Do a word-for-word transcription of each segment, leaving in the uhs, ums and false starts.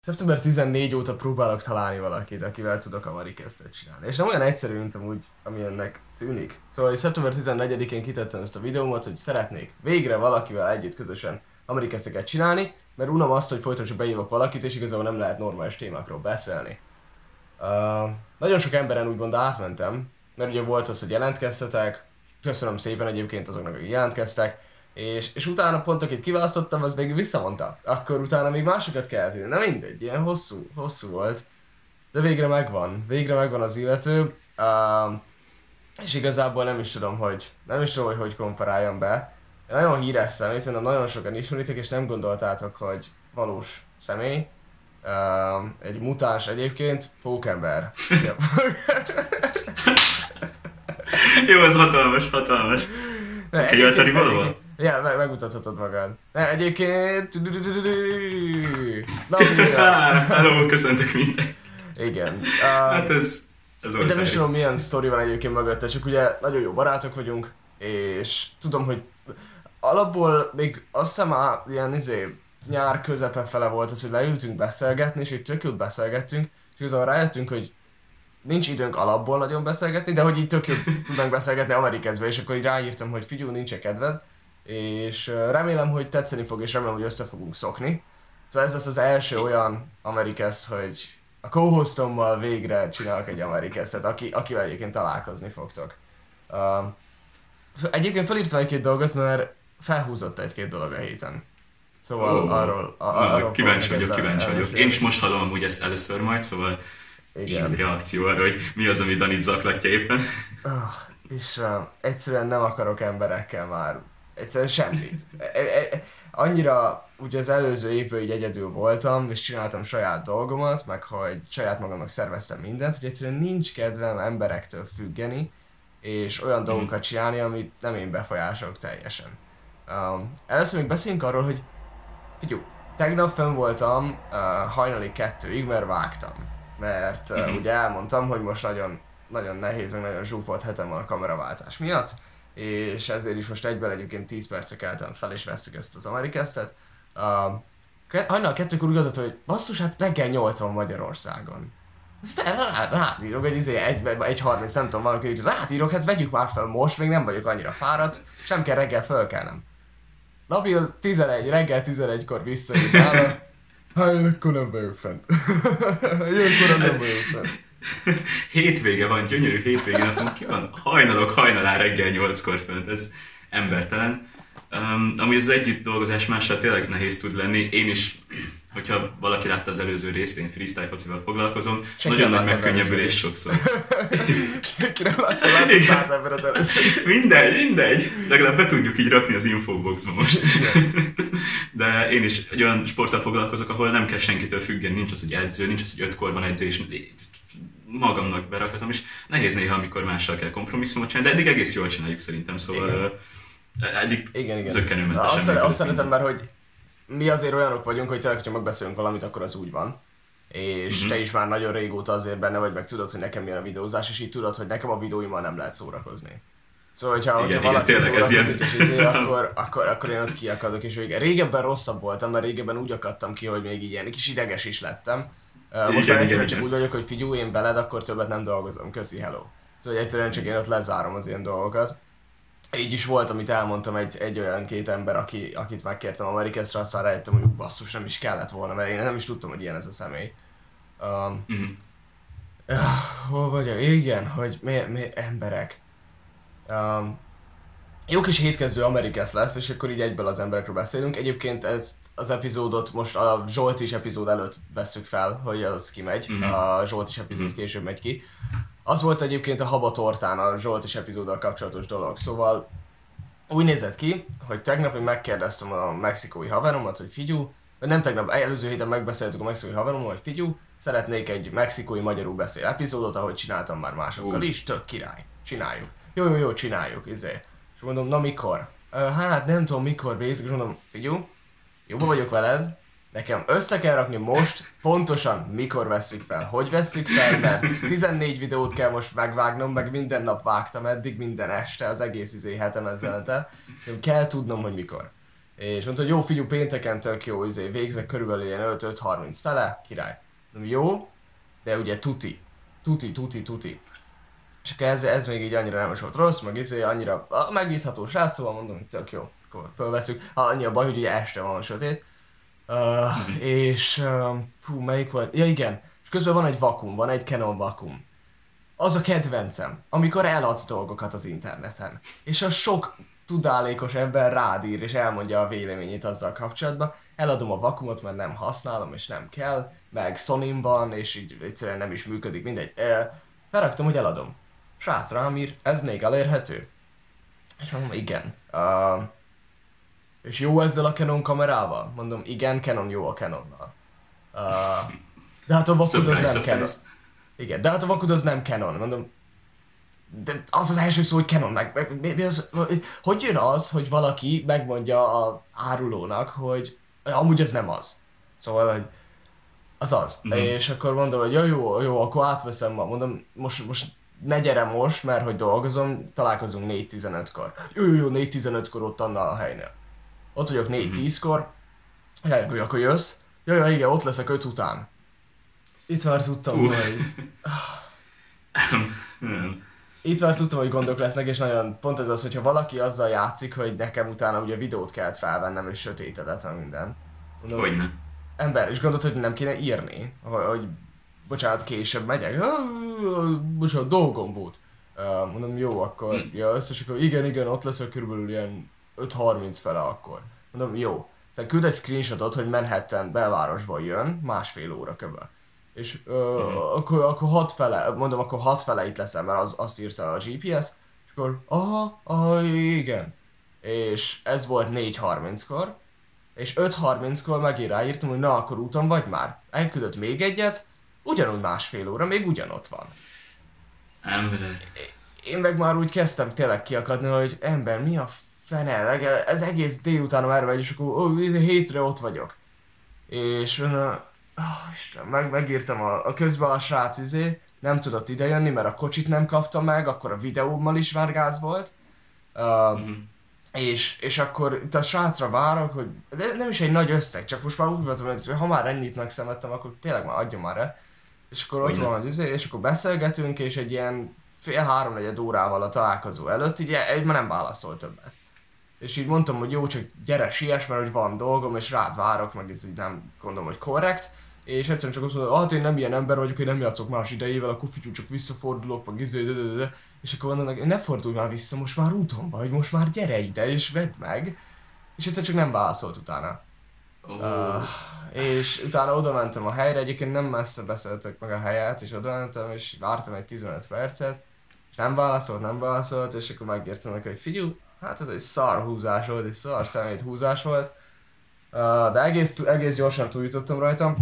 szeptember tizennégy óta próbálok találni valakit, akivel tudok Amerikesztet csinálni. És nem olyan egyszerű, mint amúgy, ami ennek tűnik. Szóval szeptember tizennegyedikén kitettem ezt a videómat, hogy szeretnék végre valakivel együtt közösen Amerikeszteket csinálni, mert unom azt, hogy folyton behívok valakit, és igazából nem lehet normális témákról beszélni. Uh, nagyon sok emberen úgymond átmentem, mert ugye volt az, hogy jelentkeztetek, köszönöm szépen egyébként azoknak, akik jelentkeztek, és, és utána pont akit kiválasztottam, az még visszamondta. Akkor utána még másokat kellett írni. Na mindegy, ilyen hosszú, hosszú volt. De végre megvan, végre megvan az illető. Uh, és igazából nem is tudom, hogy, nem is tudom, hogy hogy konferáljam be. Én nagyon híres személy, szerintem nagyon sokan ismeritek, és nem gondoltátok, hogy valós személy. Uh, egy mutáns egyébként, pókember. Jó, ez hatalmas, hatalmas. Kell jölteni valahol? Ja, meg, megmutathatod magad. Ne, egyébként... Hello, köszöntök mindenki. Igen. Uh, hát ez... ez de nem is tudom, milyen sztori van egyébként mögötte, csak ugye nagyon jó barátok vagyunk, és tudom, hogy alapból még azt hiszem már ilyen izé, nyár közepe fele volt az, hogy leültünk beszélgetni, és így tök jót beszélgettünk, és igazából rájöttünk, hogy nincs időnk alapból nagyon beszélgetni, de hogy így tök jót tudnánk beszélgetni Amerikázba, és akkor így ráírtam, hogy figyelj, nincs kedved, és remélem, hogy tetszeni fog, és remélem, hogy össze fogunk szokni. Szóval ez lesz az első olyan Amerikász, hogy a co-hostommal végre csinálok egy Amerikászet, aki, akivel egyébként találkozni fogtok. Uh, egyébként felírtam egy-két dolgot, mert felhúzott egy-két dolog a héten. Szóval oh, arról... A, na, arról kíváncsi vagyok, kíváncsi vagyok. Én is most hallom amúgy ezt először majd, szóval igen. Így reakció arra, hogy mi az, ami Danit zaklatja éppen. Uh, és uh, egyszerűen nem akarok emberekkel már, egyszerűen semmit. E, e, annyira, ugye az előző évben így egyedül voltam, és csináltam saját dolgomat, meg hogy saját magamnak szerveztem mindent, hogy egyszerűen nincs kedvem emberektől függeni, és olyan mm. dolgokat csinálni, amit nem én befolyásolok teljesen. Um, először még beszéljünk arról, hogy figyelj, tegnap fönn voltam uh, hajnali kettőig, mert vágtam. Mert uh, mm-hmm. ugye elmondtam, hogy most nagyon, nagyon nehéz, meg nagyon zsúfolt hetem van a kameraváltás miatt, és ezért is most egyben egyébként tíz percre keltem fel, és veszük ezt az Amerikesztet. Uh, hajnal kettőkor úgy gondoltam, hogy basszus, hát reggel nyolc van Magyarországon. Rád rá, írok egy izé, egy, egy harminc, nem tudom, valaki így rád írok, hát vegyük már fel most, még nem vagyok annyira fáradt, sem kell reggel fölkelnem. Nabil tizenegy, reggel tizenegykor visszaírt nála. Hát én akkor nem vagyok fent. Ilyenkor nem vagyok fent. Hétvége van, gyönyörű hétvége napon, ki van? Hajnalok hajnalán reggel nyolckor fönt, ez embertelen. Um, ami az együtt dolgozás mással tényleg nehéz tud lenni. Én is, hogyha valaki látta az előző részt, én freestyle focival foglalkozom, senki nagyon nagy megkönnyebbülés sokszor. Senki nem látta, látta száz ember az előző részt. Mindegy, mindegy. Legalább be tudjuk így rakni az infoboxba most. De én is egy olyan sporttal foglalkozok, ahol nem kell senkitől függeni, nincs az, hogy edző, nincs az, hogy ötkor van edzés, magamnak berakatom, és nehéz néha, amikor mással kell kompromisszumot csinálni, de eddig egész jól csináljuk szerintem, szóval igen. eddig igen, igen. zökkenőmentesen. Azt, azt szeretem, mert hogy mi azért olyanok vagyunk, hogy tényleg, hogyha megbeszélünk valamit, akkor az úgy van. És mm-hmm. te is már nagyon régóta azért benne vagy, meg tudod, hogy nekem milyen a videózás, és így tudod, hogy nekem a videóimmal nem lehet szórakozni. Szóval, hogyha, igen, hogyha valaki szórakozik, és izé, akkor, akkor, akkor én ott kiakadok, és vége. Régebben rosszabb voltam, mert régebben úgy akadtam ki, hogy még így ilyen kis ideges is lettem. Most igen, már egyszerűen csak úgy vagyok, hogy figyelj, én veled, akkor többet nem dolgozom, köszi, hello. Szóval egyszerűen csak én ott lezárom az ilyen dolgokat. Így is volt, amit elmondtam, egy, egy olyan két ember, aki, akit megkértem Amerikeszre, aztán rájöttem, hogy basszus, nem is kellett volna, mert én nem is tudtam, hogy ilyen ez a személy. Um, mm-hmm. uh, hol vagyok? Igen, hogy miért, miért emberek. Um, jó kis hétkezdő Amerikász lesz, és akkor így egyből az emberekről beszélünk. Egyébként ezt az epizódot most a Zsoltis epizód előtt vesszük fel, hogy az kimegy. Mm-hmm. A Zsoltis epizód mm-hmm. később megy ki. Az volt egyébként a Haba tortán a Zsoltis epizóddal kapcsolatos dolog, szóval úgy nézett ki, hogy tegnap én megkérdeztem a mexikói haveromat, hogy figyú, vagy nem tegnap, előző héten megbeszéltük a mexikói haverommal, hogy figyú, szeretnék egy mexikói magyarul beszél epizódot, ahogy csináltam már másokkal uh. is, tök király, csináljuk. Jó, jó, jó, csináljuk, izé. És mondom, na mikor? Hát nem tudom mikor basic, és mondom, figyú, jóban vagyok veled, nekem össze kell rakni most, pontosan mikor vesszük fel, hogy vesszük fel, mert tizennégy videót kell most megvágnom, meg minden nap vágtam eddig, minden este, az egész izé hetem ezzel el. Kell tudnom, hogy mikor. És mondta, hogy jó figyú, pénteken tök jó, izé, végzek körülbelül ilyen öt harminc fele, király. Mondom, jó, de ugye tuti, tuti, tuti, tuti. És akkor ez, ez még így annyira nem is volt rossz, meg izé, annyira a megbízható srác, szóval mondom, hogy tök jó, akkor fölveszünk. Ha annyi a baj, hogy ugye este van sötét. Uh, és, uh, fú, melyik volt? Ja igen, és közben van egy vakum, van egy Canon vakum. Az a kedvencem, amikor eladsz dolgokat az interneten. És a sok tudálékos ember rád ír és elmondja a véleményét azzal kapcsolatban. Eladom a vakumot, mert nem használom és nem kell, meg Sonyn van, és így egyszerűen nem is működik, mindegy. Uh, felraktam, hogy eladom. Srác rám ír, ez még elérhető? És mondom, igen. Uh, és jó ezzel a Canon kamerával? Mondom, igen, Canon jó a Canonnal. Uh, de hát a vakud az nem Canon. Igen, de hát a vakud az nem Canon. Mondom, de az az első szó, hogy Canon, meg, meg mi, mi az, hogy jön az, hogy valaki megmondja a árulónak, hogy amúgy ez nem az. Szóval, hogy az az. Mm-hmm. És akkor mondom, hogy jó, jó, jó, akkor átveszem ma. Mondom, most, most ne gyere most, mert hogy dolgozom, találkozunk négy tizenötkor. Jó, jó, jó, négy tizenötkor ott annál a helynél. Ott vagyok négy tízkor, mm-hmm. hogy akkor jössz. Jaj, jaj, igen, ott leszek öt után. Itt már tudtam, uh. hogy... Itt már tudtam, hogy gondok lesznek, és nagyon pont ez az, hogyha valaki azzal játszik, hogy nekem utána ugye videót kellett felvennem, és sötétedet, meg minden. Mondom, hogyne. Ember, és gondolt, hogy nem kéne írni, hogy bocsánat, később megyek. Bocsánat, dolgom volt. Mondom, jó, akkor hm. jössz, és akkor igen, igen, ott leszek körülbelül ilyen öt harminc fele akkor. Mondom, jó. Szóval küld egy screenshotot, hogy Manhattan belvárosból jön, másfél óra köbben. És ö, mm. akkor, akkor hat fele, mondom, akkor hat fele itt leszem, mert az, azt írta a gé pé es, és akkor aha, aha, igen. És ez volt négy harminckor, és öt harminckor megint ráírtam, hogy na, akkor úton vagy már. Elküldött még egyet, ugyanúgy másfél óra, még ugyanott van. Ember. Én meg már úgy kezdtem tényleg kiakadni, hogy ember, mi a fene, ez egész délutánom erre megy, és akkor ó, hétre ott vagyok. És uh, oh, Isten, meg, megírtam a, a közben a srác izé, nem tudott idejönni, mert a kocsit nem kapta meg, akkor a videómmal is már gáz volt. Uh, mm-hmm. és, és akkor itt a srácra várok, hogy de nem is egy nagy összeg, csak most már úgy voltam, hogy ha már ennyit megszemettem, akkor tényleg már adjon már el. És akkor ott van, hogy izé, és akkor beszélgetünk, és egy ilyen fél háromnegyed órával a találkozó előtt, így egy már nem válaszol többet. És így mondtam, hogy jó, csak gyere, siess, mert hogy van dolgom, és rád várok, meg ez így nem gondolom, hogy korrekt. És egyszerűen csak azt mondom, hogy hát én nem ilyen ember vagyok, én nem játszok más idejével, akkor figyelj, csak visszafordulok, meg izé, de, de, de. És akkor mondanak, ne fordulj már vissza, most már úton vagy, most már gyere ide, és vedd meg. És egyszerűen csak nem válaszolt utána. Oh. Uh, és utána oda mentem a helyre, egyébként nem messze beszéltük meg a helyet, és oda mentem, és vártam egy tizenöt percet, és nem válaszolt, nem válaszolt, és akkor megírtam neki, hogy figyelj, hát ez egy szar húzás volt, egy szar szemét húzás volt. Uh, de egész, egész gyorsan túljutottam rajta.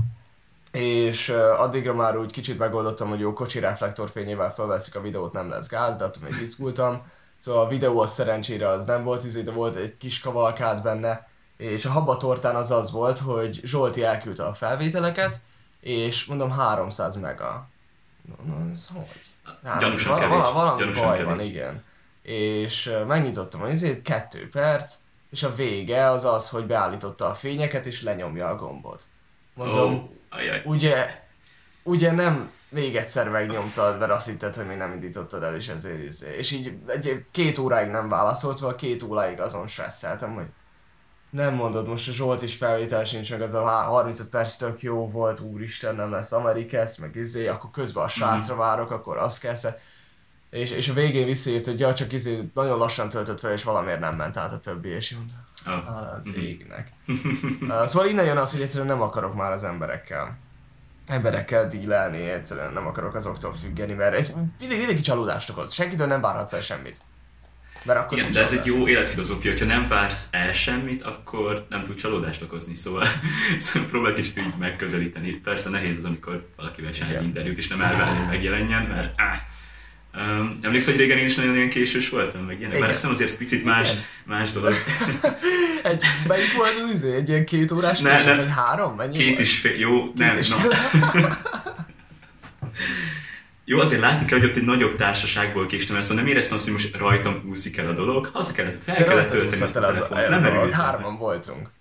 És uh, addigra már úgy kicsit megoldottam, hogy jó, kocsi reflektorfényével felveszik a videót, nem lesz gáz, de attól még izgultam. Szóval a videó az szerencsére az nem volt izé, de volt egy kis kavalkád benne. És a habatortán az az volt, hogy Zsolti elküldte a felvételeket, és mondom háromszáz mega. No, ez hogy? Gyanúsan val- kevés. val- valami Gyanúsan baj kevés. van, igen. És uh, megnyitottam az izét, kettő perc, és a vége az az, hogy beállította a fényeket, és lenyomja a gombot. Mondom, oh. Ajaj. Ugye, ugye nem még egyszer megnyomtad, mert azt hitted, hogy még nem indítottad el, és ezért izé. És így egy, két óráig nem válaszolt, szóval két óráig azon stresszeltem, hogy nem mondod, most a Zsolt is felvétel sincs, meg az a harmincöt perc tök jó volt, úristen, nem lesz Amerikesz, meg izé, akkor közben a srácra várok, akkor azt kell sze- és, és a végén visszaírt, hogy ja, csak izé nagyon lassan töltött fel, és valamiért nem ment át a többi, és mondta, oh. ah, az mm-hmm. égnek. uh, szóval innen jön az, hogy egyszerűen nem akarok már az emberekkel. Emberekkel dílelni, egyszerűen nem akarok azoktól függeni, mert ez mindig, mindenki csalódást okoz. Senkitől nem várhatsz el semmit. Mert akkor igen, de ez egy jó életfilozófia, hogyha nem vársz el semmit, akkor nem tud csalódást okozni, szóval, szóval próbálj kicsit így megközelíteni. Persze nehéz az, amikor valakivel csinálj egy interjút, és nem elvárni, hogy megjelenjen, mert áh, Um, emlékszel, hogy régen én is nagyon ilyen késős voltam, meg ilyenek? Bár hiszem azért picit más, más dolog. egy, melyik volt az izé? Egy ilyen két órás ne, késős, ne, vagy három? Mennyi két volt? is fél, jó, két nem, is no. Jó, azért látni kell, hogy ott egy nagyobb társaságból késtem el, szóval nem éreztem azt, hogy most rajtam úszik el a dolog, haza kellett, fel kellett tölteni ezt a telefont, nem dolog, hárman voltunk.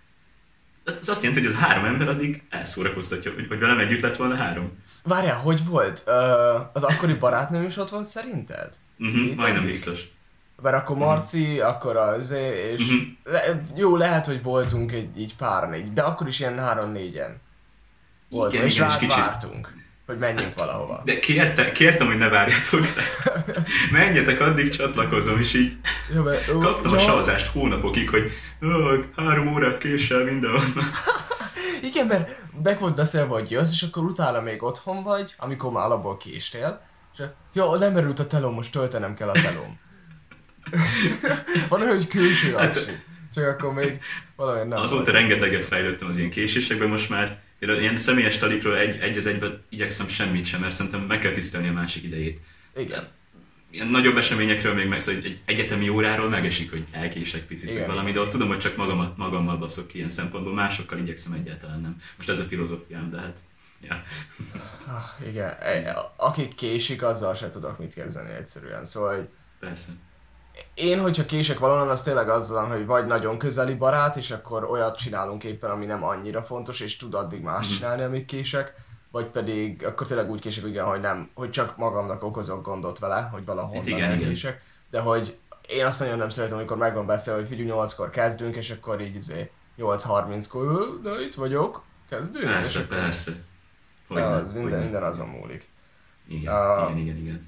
Ez azt jelenti, hogy az három ember addig elszórakoztatja, hogy velem együtt lett volna három. Várjál, hogy volt? Uh, az akkori barátnőm is ott volt szerinted? Uh-huh, majdnem biztos. Mert akkor Marci, uh-huh. akkor az, és uh-huh. le, jó, lehet, hogy voltunk egy, így pár négy, de akkor is ilyen három-négyen voltunk, igen, és rád kicsit... vártunk, hogy menjünk valahova. De kérte, kértem, hogy ne várjátok le. Menjetek, addig csatlakozom, és így ja, mert, ó, kaptam ja. a savazást hónapokig, hogy három órát késsel mindenhonnan. Igen, mert meg volt beszélve, hogy jössz, és akkor utána még otthon vagy, amikor már alapból késtél, és ja, lemerült a telóm, most töltenem kell a telóm. Van olyan, hogy külső aksi. Csak akkor még valami nem. Azóta rengeteget fejlődtem az ilyen késésekben, most már ilyen személyes talikról egy, egy az egyben igyekszem semmit sem, mert szerintem meg kell tisztelni a másik idejét. Igen. Ilyen nagyobb eseményekről még meg, szóval egy egyetemi óráról megesik, hogy elkések picit, igen, vagy valami, de ott tudom, hogy csak magamat, magammal baszok ki ilyen szempontból, másokkal igyekszem egyáltalán nem. Most ez a filozófiám, de hát... Ja. Ah, igen, akik késik, azzal se tudok mit kezdeni egyszerűen, szóval... Hogy... Persze. Én, hogyha kések valonnan, az tényleg az van, hogy vagy nagyon közeli barát, és akkor olyat csinálunk éppen, ami nem annyira fontos, és tud addig más mm-hmm. csinálni, amíg kések, vagy pedig akkor tényleg úgy kések, igen, hogy nem, hogy csak magamnak okozok gondot vele, hogy valahonnan elkések, de hogy én azt nagyon nem szeretem, amikor meg van beszélve, hogy figyelj, nyolckor kezdünk, és akkor így izé nyolc harminckor, de itt vagyok, kezdünk? Persze, és persze. Hogyne, az minden, hogyne. minden azon múlik. Igen, uh, igen, igen, igen.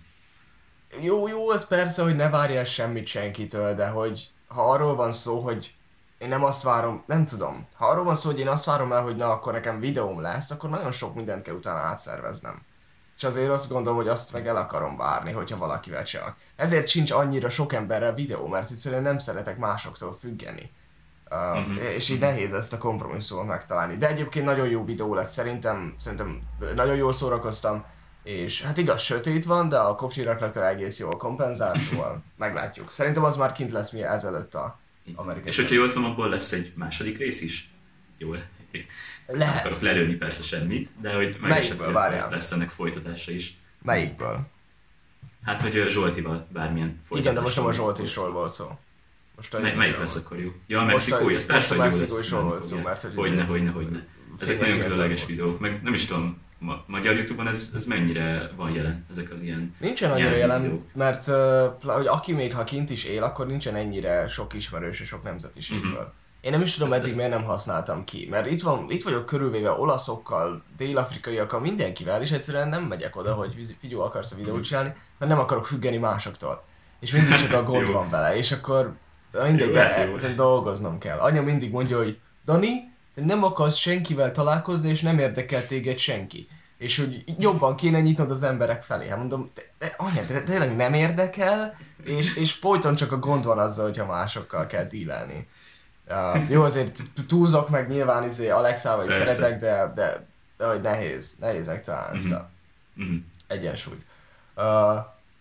Jó, jó, az persze, hogy ne várjál semmit senkitől, de hogy ha arról van szó, hogy én nem azt várom, nem tudom, ha arról van szó, hogy én azt várom el, hogy na, akkor nekem videóm lesz, akkor nagyon sok mindent kell utána átszerveznem. És azért azt gondolom, hogy azt meg el akarom várni, hogyha valakivel csak. Ezért sincs annyira sok emberrel videó, mert egyszerűen nem szeretek másoktól függeni. Uh, mm-hmm. És így nehéz ezt a kompromisszumot megtalálni. De egyébként nagyon jó videó lett, szerintem, szerintem nagyon jól szórakoztam. És hát igaz, sötét van, de a Koffi reflektor egész jól kompenzál, szóval meglátjuk. Szerintem az már kint lesz mi ezelőtt a amerikai. És hogyha jól tudom, abból lesz egy második rész is? Jól. Lehet. Nem akarok lelőni persze semmit, de hogy meg lesz ennek folytatása is. Melyikből? Hát, hogy Zsoltival bármilyen folytatás. Igen, de most nem a Zsoltisról volt szó. Most a Mely, melyik lesz akkor jó? Ja, a mexikói, az persze, hogy jó lesz. Volt szó, mert hogy hogyne, hogyne, hogyne. Ezek nagyon különleges videók, meg nem is tudom, ma, magyar YouTube-on ez, ez mennyire van jelen, ezek az ilyen... Nincsen annyira jelen, videók. Mert uh, hogy aki még ha kint is él, akkor nincsen ennyire sok ismerős és sok nemzetiségből. Uh-huh. Én nem is tudom, ezt, eddig ezt... miért nem használtam ki, mert itt, van, itt vagyok körülvéve olaszokkal, dél-afrikaiakkal, mindenkivel, és egyszerűen nem megyek oda, hogy figyelj, akarsz a videót csinálni, mert nem akarok függeni másoktól. És mindig csak a gond van vele, és akkor mindegy, de ezen dolgoznom kell. Anya mindig mondja, hogy Dani, te nem akarsz senkivel találkozni, és nem érdekel téged senki. És hogy jobban kéne nyitnod az emberek felé. Hát mondom, de, de anya, de tényleg nem érdekel, és, és folyton csak a gond van azzal, hogyha másokkal kell dílelni. Uh, jó, azért túlzok meg nyilván izé Alexával is szeretek, de, de, de hogy nehéz, nehéz megtalálni ezt a mm-hmm. egyensúlyt. Uh,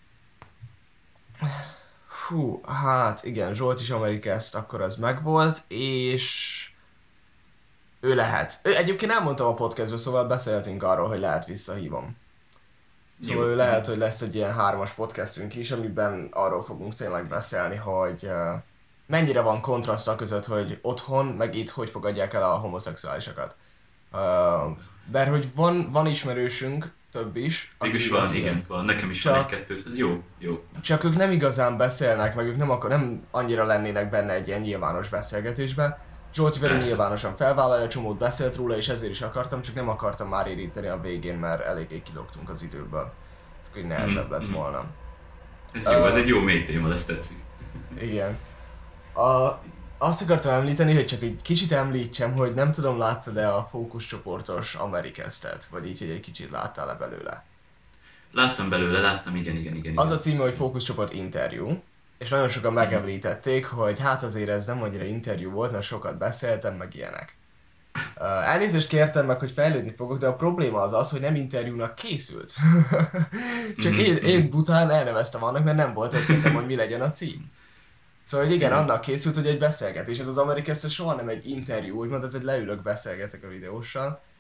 hú, hát igen, Zsolt is Amerika ezt akkor ez megvolt, és ő lehet. Ő egyébként elmondtam a podcastban, szóval beszéltünk arról, hogy lehet visszahívom. Szóval ő lehet, hogy lesz egy ilyen hármas podcastünk is, amiben arról fogunk tényleg beszélni, hogy uh, mennyire van kontraszt között, hogy otthon, meg itt hogy fogadják el a homoszexuálisokat. Uh, mert hogy van, van ismerősünk, több is. Mégis van, aki, igen, van. Nekem is csak, van egy-kettő, ez jó, jó. Csak ők nem igazán beszélnek, meg ők nem, akar, nem annyira lennének benne egy ilyen nyilvános beszélgetésben. Zsolti velünk nyilvánosan felvállalja, csomót beszélt róla, és ezért is akartam, csak nem akartam már éríteni a végén, mert eléggé kilógtunk az időből. Csak így nehezebb lett volna. Ez jó, uh, ez egy jó mély téma, ezt tetszik. Igen. A, azt akartam említeni, hogy csak egy kicsit említsem, hogy nem tudom, láttad-e a fókuszcsoportos Amerikesztet, vagy így, hogy egy kicsit láttál-e belőle? Láttam belőle, láttam, igen, igen, igen. Az a címe, hogy fókuszcsoport interjú, és nagyon sokan megemlítették, hogy hát azért ez nem annyira interjú volt, mert sokat beszéltem, meg ilyenek. Uh, elnézést kértem meg, hogy fejlődni fogok, de a probléma az az, hogy nem interjúnak készült. Csak én, én bután elneveztem annak, mert nem volt ötletem, hogy mi legyen a cím. Szóval, hogy igen, annak készült, hogy egy beszélgetés. Ez az Amerikesztes soha nem egy interjú, úgymond ez egy leülök, beszélgetek a videóssal.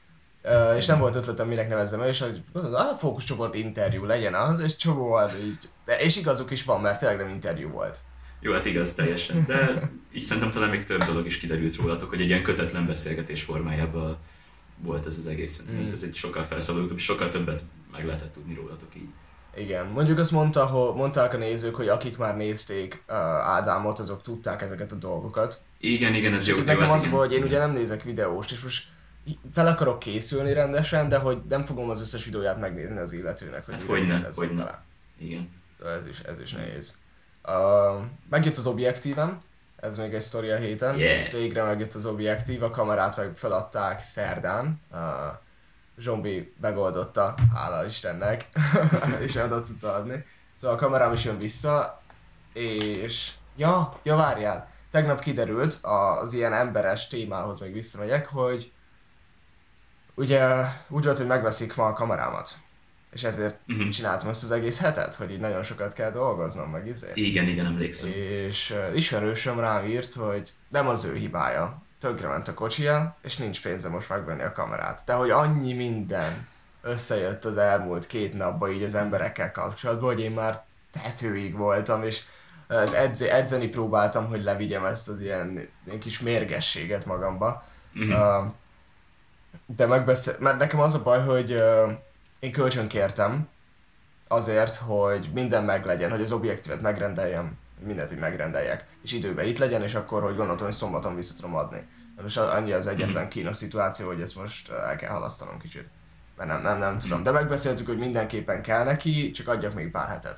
Uh, és nem volt ötletem, minek nevezzem el, és hogy a fókuszcsoport interjú legyen az, és csomó az így. De, és igazuk is van, mert tényleg nem interjú volt. Jó, hát igaz, teljesen. De így szerintem talán még több dolog is kiderült rólatok, hogy egy ilyen kötetlen beszélgetés formájában volt ez az egész. Szerintem mm. ez, ez egy sokkal felszabadultabb, sokkal többet meg lehetett tudni rólatok így. Igen, mondjuk azt mondta, hogy mondták a nézők, hogy akik már nézték uh, Ádámot, azok tudták ezeket a dolgokat. Igen, igen, ez jó. Nekem az igen. volt, hogy én ugye nem nézek videóst, és most fel akarok készülni rendesen, de hogy nem fogom az összes videóját megnézni az illetőnek, hogy hát hogyne, hogyne. Vele. Igen. Szóval ez is, ez is nehéz. Uh, megjött az objektívem, ez még egy sztori a héten. Yeah. Végre megjött az objektív, a kamerát meg feladták szerdán. Uh, Zsombi megoldotta, hála Istennek, és el tudta adni. Szóval a kamerám is jön vissza, és... Ja, ja várjál! Tegnap kiderült, az ilyen emberes témához még visszamegyek, hogy ugye úgy volt, hogy megveszik ma a kamerámat. És ezért uh-huh. csináltam ezt az egész hetet, hogy így nagyon sokat kell dolgoznom, meg izé. Igen, igen, emlékszem. És uh, ismerősöm rám írt, hogy nem az ő hibája. Tönkrement a kocsija, és nincs pénze most megvenni a kamerát. De hogy annyi minden összejött az elmúlt két napban így az emberekkel kapcsolatban, hogy én már tetőig voltam, és az edze, edzeni próbáltam, hogy levigyem ezt az ilyen, ilyen kis mérgességet magamba. Uh-huh. Uh, de megbeszél... Mert nekem az a baj, hogy uh, én kölcsön kértem azért, hogy minden meglegyen, hogy az objektívet megrendeljem, mindent, hogy megrendeljek, és időben itt legyen, és akkor, hogy gondoltam, hogy szombaton vissza tudom adni. Most annyi az egyetlen kínos szituáció, hogy ezt most el kell halasztanom kicsit. Mert nem, nem, nem tudom. De megbeszéltük, hogy mindenképpen kell neki, csak adjak még pár hetet.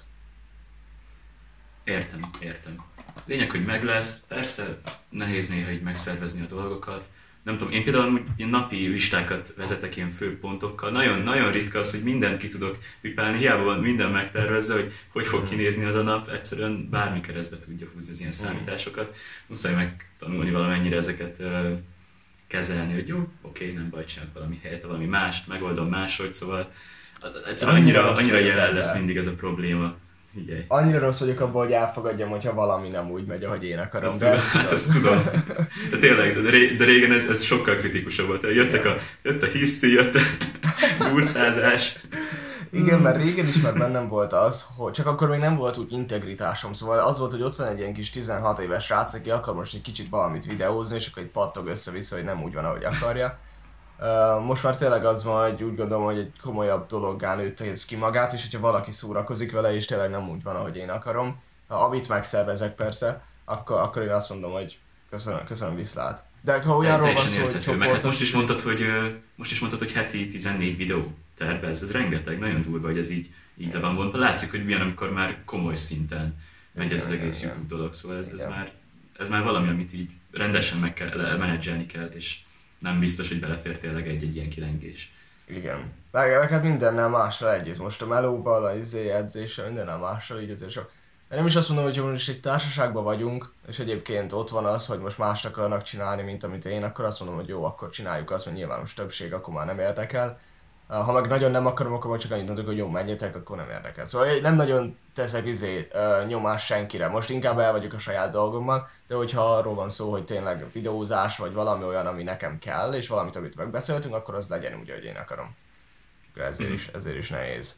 Értem, értem. Lényeg, hogy meg lesz. Persze nehéz néha így megszervezni a dolgokat. Nem tudom, én például ilyen napi listákat vezetek ilyen főpontokkal. Nagyon, nagyon ritka az, hogy mindent ki tudok pipálni. Hiába van minden megtervezve, hogy hogy fog kinézni az a nap. Egyszerűen bármi keresztbe tudja húzni az ilyen számításokat. Muszáj megtanulni valamennyire ezeket uh, kezelni, hogy jó, oké, nem baj, csinálok valami helyet, valami mást, megoldom máshogy, szóval egyszerűen annyira, annyira jelen lesz mindig ez a probléma. Figyelj. Annyira rossz vagyok abban, hogy elfogadjam, hogyha valami nem úgy megy, ahogy én akarom. Azt de tudom, hát ezt tudom. De tényleg, de, ré, de régen ez, ez sokkal kritikusabb volt. Jöttek a, jött a hiszti, jött a burcázás. Igen, mert régen is már bennem volt az, hogy csak akkor még nem volt úgy integritásom, szóval az volt, hogy ott van egy ilyen kis tizenhat éves srác, aki akar most egy kicsit valamit videózni, és akkor egy pattog össze-vissza, hogy nem úgy van, ahogy akarja. Uh, most már tényleg az van, hogy úgy gondolom, hogy egy komolyabb dologgá nőtte ki magát, és hogyha valaki szórakozik vele, és tényleg nem úgy van, ahogy én akarom, ha amit megszervezek persze, akkor, akkor én azt mondom, hogy köszönöm, köszönöm viszlát. De ha olyanról van szó, hogy csoportos... Hát most is mondtad, hogy most is mondtad, hogy heti tizennégy videó tervez, ez rengeteg, nagyon durva, hogy ez így, így le van mondva. Látszik, hogy milyen, amikor már komoly szinten megy ez az egész igen, YouTube dolog, szóval ez, ez, már, ez már valami, amit így rendesen meg kell, menedzselni kell, és nem biztos, hogy belefér tényleg egy-egy ilyen kilengés. Igen. Meg hát mindennel mással együtt. Most a melóval, a izé edzéssel, mindennel mással, így azért sok. De nem is azt mondom, hogy most egy társaságban vagyunk, és egyébként ott van az, hogy most mást akarnak csinálni, mint amit én, akkor azt mondom, hogy jó, akkor csináljuk azt, mert nyilván most többség, akkor már nem érdekel. Ha meg nagyon nem akarom, akkor meg csak annyit mondok, hogy jó, menjetek, akkor nem érdekel. Szóval nem nagyon teszek izé, nyomás senkire. Most inkább el vagyok a saját dolgommal, de hogyha arról van szó, hogy tényleg videózás, vagy valami olyan, ami nekem kell, és valamit, amit megbeszéltünk, akkor az legyen úgy, ahogy én akarom. Ezért is, ezért is nehéz.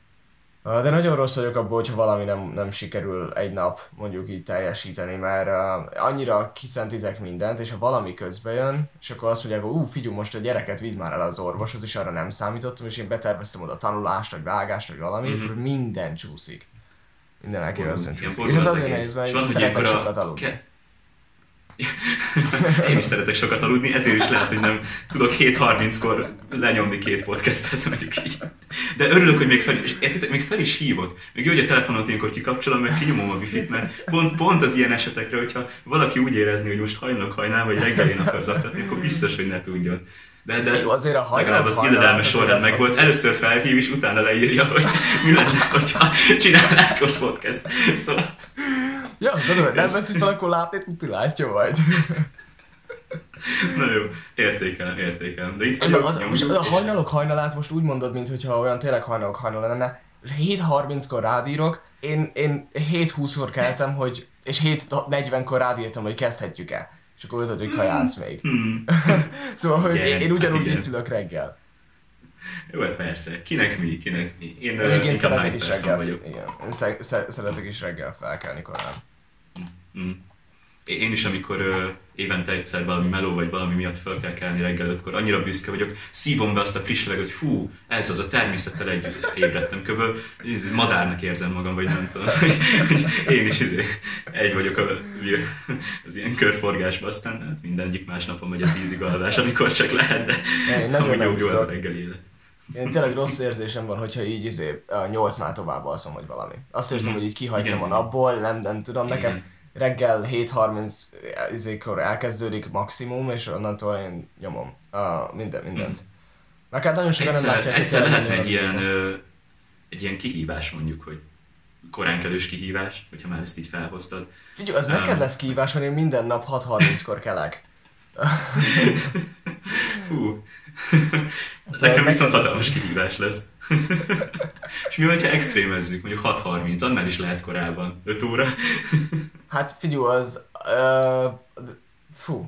De nagyon rossz vagyok abból, hogyha valami nem, nem sikerül egy nap mondjuk így teljesíteni, mert uh, annyira kiszentizek mindent, és ha valami közbe jön, és akkor azt mondják, hogy ú, figyelj, most a gyereket vidd már el az orvoshoz, és arra nem számítottam, és én beterveztem oda tanulást, vagy vágást, vagy valami, mm-hmm. akkor minden csúszik. Minden elképesztően csúszik. És az azért nehéz, mert én szeretek sokat aludni. Ke- Én is szeretek sokat aludni, ezért is lehet, hogy nem tudok hét harminckor lenyomni két podcastet, mondjuk így. De örülök, hogy még fel, és értitek, még fel is hívott. Még jó, hogy a telefonot ilyenkor kikapcsolom, meg kinyomom a wifi-t, mert pont, pont az ilyen esetekre, hogyha valaki úgy érezni, hogy most hajnok hajnál, vagy reggelén akar zaklatni, akkor biztos, hogy ne tudjon. De, de jó, azért a legalább az illedelmes sorrend meg volt. Először felhív, és utána leírja, hogy mi lenne, hogyha csinálnánk a podcast. Szóval... Ja, de nem veszik fel, akkor látni, tuti látja majd. Na jó, értékelem, értékelem. De itt vagyok, az, most a hajnalok hajnalát most úgy mondod, mintha olyan tényleg hajnalok hajnal lenne. hét harminckor rádírok, én, én hét húszkor keltem, hogy, és hét negyvenkor rádírtam, hogy kezdhetjük el. És akkor tudod, hogy kajálsz még. Hmm. Szóval, hogy én, én ugyanúgy itt ülök reggel. Jó, hát persze. Kinek mi, kinek mi. Én uh, Egyébként inkább szeretek night is person reggel, vagyok. igen, én sze- sze- szeretek is reggel felkelni korán. Mm. Én is, amikor ö, évente egyszer valami meló vagy valami miatt fel kell kelni reggel ötkor, annyira büszke vagyok, szívom be azt a friss levegőt, hogy fú, ez az a természettel együtt ébredtem köböl, madárnak érzem magam, vagy nem tudom, hogy, hogy én is izé, egy vagyok a, az ilyen körforgásban, aztán hát mindegyik más napon megy a tízig alvás, amikor csak lehet, de Én amúgy nagyon jó, jó az a nem reggeli élet. Én tényleg rossz érzésem van, hogyha így izé, a nyolcnál tovább alszom, vagy valami. Azt érzem, Mhm. hogy így kihagytam Igen. a napból, nem, nem tudom, nekem Igen. reggel hét harminc izékor elkezdődik maximum, és onnantól én nyomom a minden, mindent. Meg hát nagyon sokan nem Egyszer, látják, hogy egyszer tényleg lehetne egy mennyire- ilyen, ö, egy ilyen kihívás mondjuk, hogy koránkelős kihívás, hogyha már ezt így felhoztad. Figyelj, az neked lesz kihívás, mert én minden nap hat harminckor kelek. Fú. Ez Nekem az viszont neked hatalmas lesz. kihívás lesz. És mi, hogyha extrémezzük, mondjuk hat harminc, annál is lehet korábban, öt óra. Hát figyelj, az... Uh, fú.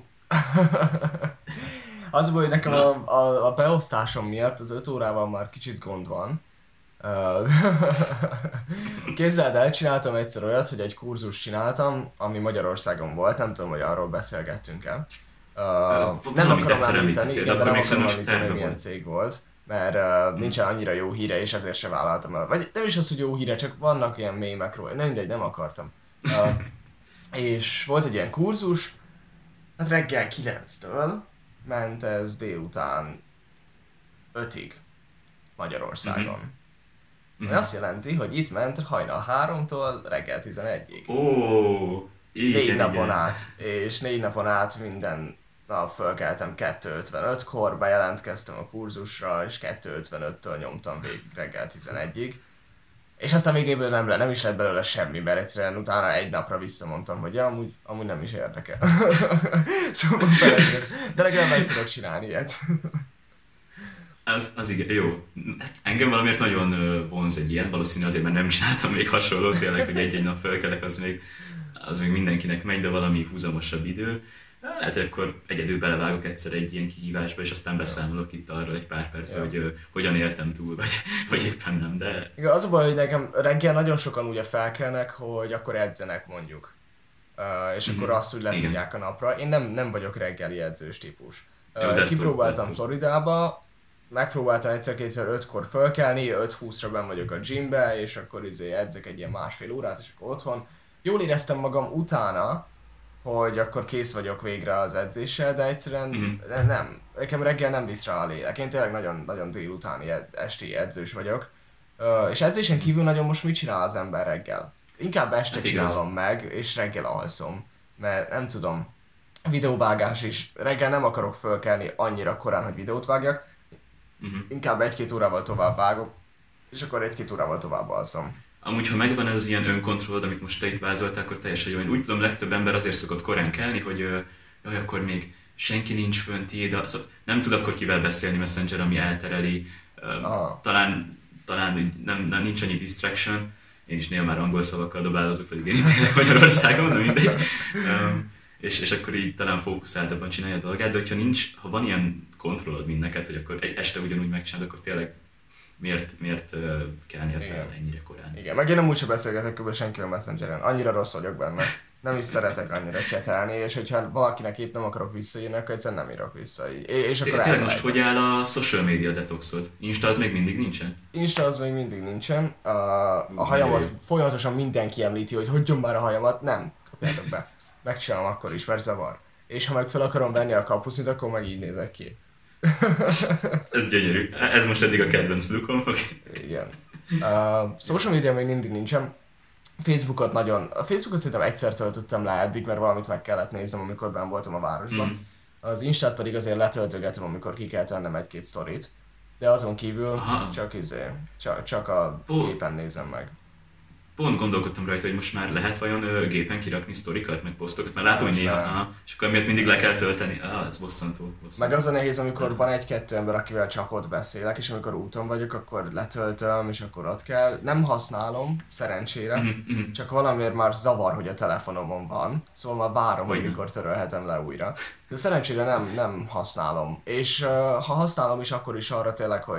Az baj, hogy nekem a, a, a beosztásom miatt az öt órával már kicsit gond van. Uh, Képzeld el, csináltam egyszer olyat, hogy egy kurzust csináltam, ami Magyarországon volt, nem tudom, hogy arról beszélgettünk-e. Uh, nem valamit akarom egyszer említeni, említettél, igen, de de akkor nem még akarom szerintem csak említeni, hogy terve milyen volt. cég volt, mert uh, nincsen annyira jó híre, és ezért se vállaltam el. Vagy nem is az, hogy jó híre, csak vannak ilyen mémek róla, nem mindegy, nem akartam. Uh, és volt egy ilyen kurzus, hát reggel kilenctől ment ez délután ötig Magyarországon. Mhm. Ami azt jelenti, hogy itt ment hajnal háromtól reggel tizenegyig. Ó, igen, Négy napon igen. át, és négy napon át minden nap fölkeltem kettő ötvenötkor, bejelentkeztem a kurzusra, és kettő ötvenöttől nyomtam végig reggel tizenegyig. És aztán végéből nem, le, nem is lett belőle semmi, mert egyszerűen utána egy napra visszamondtam, hogy ja, amúgy, amúgy nem is érdekel. Szóval feleség. De legalább meg tudok csinálni ilyet. Az, az igen, jó. Engem valamiért nagyon ö, vonz egy ilyen, valószínű azért, mert nem csináltam még hasonlót, tényleg, hogy egy-egy nap fölkelek, az még, az még mindenkinek megy, de valami húzamosabb idő. Lehet, hogy akkor egyedül belevágok egyszer egy ilyen kihívásba, és aztán beszámolok itt arról egy pár percben, Ja. hogy ö, hogyan éltem túl, vagy, vagy éppen nem, de Igen, az a baj, hogy nekem reggel nagyon sokan ugye felkelnek, hogy akkor edzenek mondjuk. Uh, és Mhm. akkor azt úgy Igen. letudják a napra. Én nem, nem vagyok reggeli edzős típus. Jó, Uh, de kipróbáltam tudod, tudod. Floridába, megpróbáltam egyszer-kétszer ötkor fölkelni, öt húszra benn vagyok a gymbe, és akkor izé edzek egy ilyen másfél órát, és akkor otthon. Jól éreztem magam utána, hogy akkor kész vagyok végre az edzéssel, de egyszerűen Mhm. ne- nem. Nekem reggel nem visz rá a lélek. Én tényleg nagyon, nagyon délutáni, ed- esti edzős vagyok. Ö, és edzésen kívül nagyon most mit csinál az ember reggel? Inkább este Hát igaz. csinálom meg, és reggel alszom. Mert nem tudom, videóvágás is. Reggel nem akarok fölkelni annyira korán, hogy videót vágjak. uh-huh. Inkább egy-két órával tovább vágok, és akkor egy-két órával tovább alszom. Amúgy, ha megvan ez ilyen önkontrollod, amit most te itt vázoltál, akkor teljesen jó. Én úgy tudom, legtöbb ember azért szokott korán kelni, hogy ö, jaj, akkor még senki nincs fönt, tiéd, a- szóval nem tud akkor kivel beszélni Messenger, ami eltereli. Ö, Aha. talán, talán így nem, nem, nincs annyi distraction. Én is néha már angol szavakkal dobálozok, pedig én itt élek Magyarországon, de mindegy. Um, és, és akkor így talán fókuszáltabban csinálja a dolgát, de hogyha nincs, ha van ilyen kontrollod, mint neked, hogy akkor egy este ugyanúgy megcsinálod, akkor tényleg miért, miért uh, kelnél fel Igen. ennyire korán? Igen, meg én nem úgyse beszélgetek kb. Senkivel Messengeren. Annyira rossz vagyok benne. Nem is szeretek annyira csetelni, és hogyha valakinek épp nem akarok visszaírni, akkor egyszerűen nem írok vissza. Így. És akkor Tényleg most elfelejtem. hogy áll a social media detoxod? Insta az még mindig nincsen? Insta az még mindig nincsen. A, a hajamat folyamatosan mindenki említi, hogy hagyjon már a hajamat. Nem, kapjátok be. Megcsinálom akkor is, mert zavar. És ha meg fel akarom venni a kapucnit, akkor meg így nézek ki. Ez gyönyörű. Ez most eddig a kedvenc lookom. Okay. Igen. Uh, social media még mindig nincsen. Facebookot nagyon... A Facebookot szerintem egyszer töltöttem le eddig, mert valamit meg kellett néznem, amikor benn voltam a városban. Mm. Az Instát pedig azért letöltögetem, amikor ki kell tennem egy-két sztorit. De azon kívül Aha. csak, izé, csak, csak a Ó. gépen nézem meg. Pont gondolkodtam rajta, hogy most már lehet vajon ö, gépen kirakni sztorikat, meg posztokat, mert látom, hogy Most néha, már. aha, és akkor miért mindig le kell tölteni. Ah, ez bosszantó. bosszantó. Meg az a nehéz, amikor van egy-kettő ember, akivel csak ott beszélek, és amikor úton vagyok, akkor letöltöm, és akkor ott kell. Nem használom, szerencsére. Mhm, mhm. Csak valamiért már zavar, hogy a telefonomon van, szóval már várom, hogy Hogyne. mikor törölhetem le újra. De szerencsére nem, nem használom. És uh, ha használom is, akkor is arra tényleg, hogy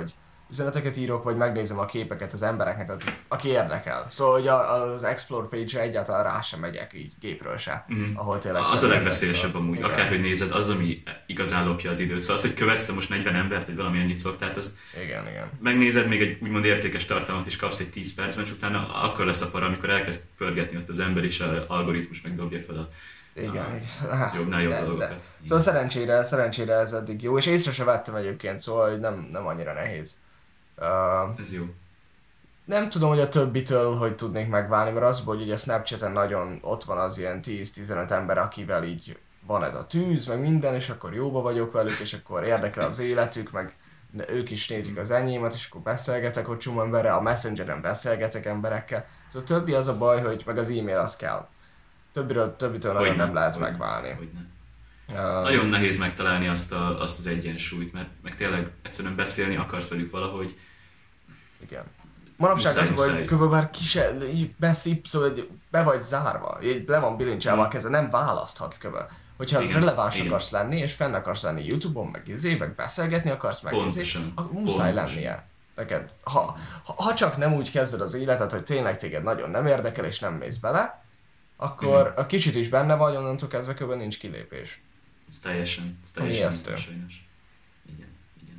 üzeneteket írok, vagy megnézem a képeket az embereknek, aki, aki érdekel. Szóval, hogy a, az Explore page-re egyáltalán rá sem megyek így gépről se, mm. ahol tényleg... Az a legveszélyesebb amúgy, igen. Akárhogy nézed, az, ami igazán lopja az időt. Szóval az, hogy követsz te most negyven embert, vagy valami annyit szoktál, az igen, igen. megnézed, még egy úgymond értékes tartalmat is kapsz egy tíz percben, és utána akkor lesz a para, amikor elkezd pörgetni ott az ember, és az algoritmus megdobja fel a igen, a, igen. jobbnál jobb de, dolgokat. De. Szóval szerencsére, szerencsére ez eddig jó, és észre se vettem egyébként, szóval hogy nem, nem annyira nehéz. Uh, ez jó. Nem tudom, hogy a többitől hogy tudnék megválni, mert az, hogy ugye a Snapchaten nagyon ott van az ilyen tíz-tizenöt ember, akivel így van ez a tűz, meg minden, és akkor jóba vagyok velük, és akkor érdekel az életük, meg ők is nézik az enyémet, és akkor beszélgetek ott csomó emberrel, a Messengeren beszélgetek emberekkel. Szóval a többi az a baj, hogy meg az e-mail az kell. Többiről, többitől hogy nagyon nem, nem lehet hogy megválni. Hogy Uh, nagyon nehéz megtalálni azt, a, azt az egyensúlyt, mert meg tényleg egyszerűen beszélni akarsz velük valahogy. Igen. Manapság muszáj, az, hogy kb. Már ki se beszip, szóval be vagy zárva, le van bilincsálva a keze, nem választhatsz kb. Hogyha igen, releváns igen. akarsz lenni, és fenn akarsz lenni YouTube-on, meg izé, meg beszélgetni akarsz, meg izé, muszáj lennie. Neked, ha, ha, ha csak nem úgy kezded az életet, hogy tényleg téged nagyon nem érdekel, és nem mész bele, akkor mm. a kicsit is benne vagy, onnantól kezdve kb. Nincs kilépés. Ez teljesen, ez teljesen sajnos. Igen, igen.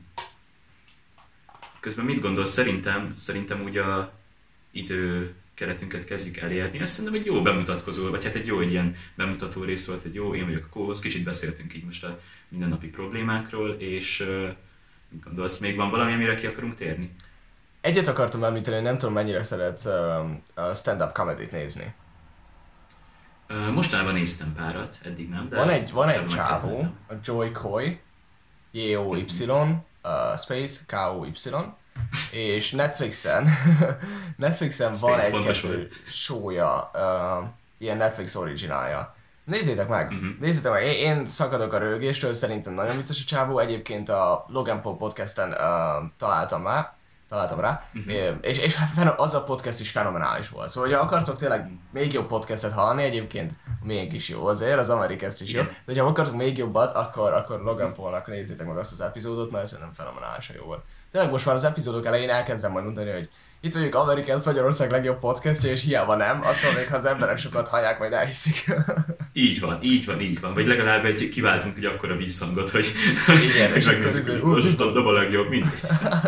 Közben mit gondolsz? Szerintem, szerintem úgy a idő keretünket kezdjük elérni. Ez szerintem egy jó bemutatkozó, vagy hát egy jó egy ilyen bemutató rész volt, hogy jó, én vagyok a kóhoz, kicsit beszéltünk így most a mindennapi problémákról, és uh, mit gondolsz, még van valami, amire ki akarunk térni? Egyet akartam említeni, hogy nem tudom mennyire szeretsz uh, stand-up comedy-t nézni. Uh, mostanában néztem párat, eddig nem, de... Van egy, van egy csávó, a Joy Coy, J O Y, uh, space, K O Y, és Netflixen, Netflixen van egy-kettő show-ja, uh, ilyen Netflix originálja. Nézzétek meg, uh-huh. nézzétek meg, én, én szakadok a rögéstől, szerintem nagyon vicces a csávó, egyébként a Logan Paul podcasten uh, találtam már, találtam rá, uh-huh. és, és az a podcast is fenomenális volt. Szóval, ha akartok tényleg még jobb podcastet hallani, egyébként még is jó azért, az Amerikast is jó, de ha akartok még jobbat, akkor, akkor Logan Paulnak nézzétek meg azt az epizódot, mert szerintem fenomenálisan jó volt. Tényleg most már az epizódok elején elkezdem majd mondani, hogy itt vagyok Amerikast, Magyarország legjobb podcastja, és hiába nem, attól még ha az emberek sokat hallják, majd elhiszik. Így van, így van, így van. Vagy legalább egy, kiváltunk egy akkora visszhangot, hogy igen, és megnézzük, hogy az a legjobb, mindegy.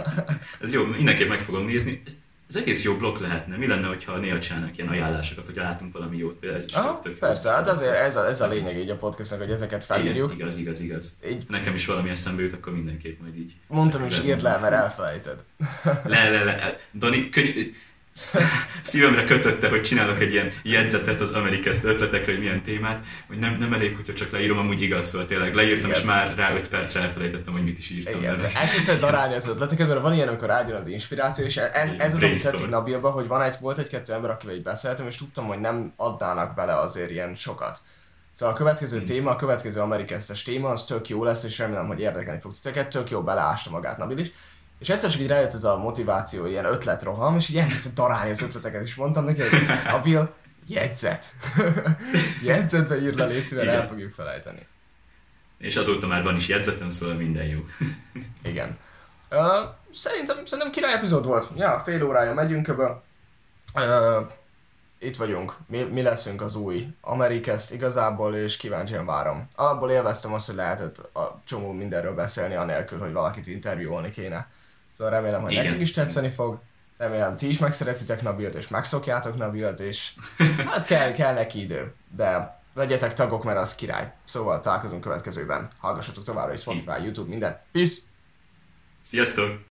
Ez jó, mindenképp meg fogom nézni. Ez egész jó blokk lehetne. Mi lenne, hogyha néha csinálnak ilyen ajánlásokat, hogy látunk valami jót, például ez is aha, tök persze, hát azért ez a, ez a lényeg így a podcastnak, hogy ezeket felírjuk. Igen, igaz, igaz, igaz. Így... Nekem is valami eszembe jut, akkor mindenképp majd így. Mondtam is, írd le, mert elfelejted. Le, le, le. Dani, könny... szívemre kötötte, hogy csinálok egy ilyen jegyzetet az Amerikast ötletekre, hogy milyen témát, hogy nem, nem elég, hogyha csak leírom, amúgy igaz, szóval tényleg leírtam, igen. És már rá öt percre elfelejtettem, hogy mit is írtam. Igen, elkezdted darálni az ötleteket, mert van ilyen, amikor rájön az inspiráció, és ez, ez az, amit tetszik Nabilban, hogy van egy, volt egy-kettő ember, akivel így beszéltem, és tudtam, hogy nem adnának bele azért ilyen sokat. Szóval a következő hmm. téma, a következő Amerikastes téma, az tök jó lesz, és remélem, hogy érdekelni fog titeket, tök jó beleásta magát Nabil is. És egyszer csak így rájött ez a motiváció, ilyen ötletroham, és így elkezdte darálni az ötleteket, és mondtam neki, hogy Nabil, jegyzet. Jegyzetbe írd le, légy szíves, el fogjuk felejteni. És azóta már van is jegyzetem, szóval minden jó. Igen. Uh, szerintem, szerintem király epizód volt. Ja, fél órája megyünk ebbe. Uh, itt vagyunk. Mi, mi leszünk az új Amerikast igazából, és kíváncsian várom. Alapból élveztem azt, hogy lehetett a csomó mindenről beszélni, anélkül, hogy valakit interjúolni kéne. Szóval remélem, hogy nekik is tetszeni fog. Remélem, ti is megszeretitek Nabilt, és megszokjátok Nabilt, és hát kell, kell neki idő. De legyetek tagok, mert az király. Szóval találkozunk következőben. Hallgassatok továbbra is Spotify, YouTube, minden. Peace! Sziasztok!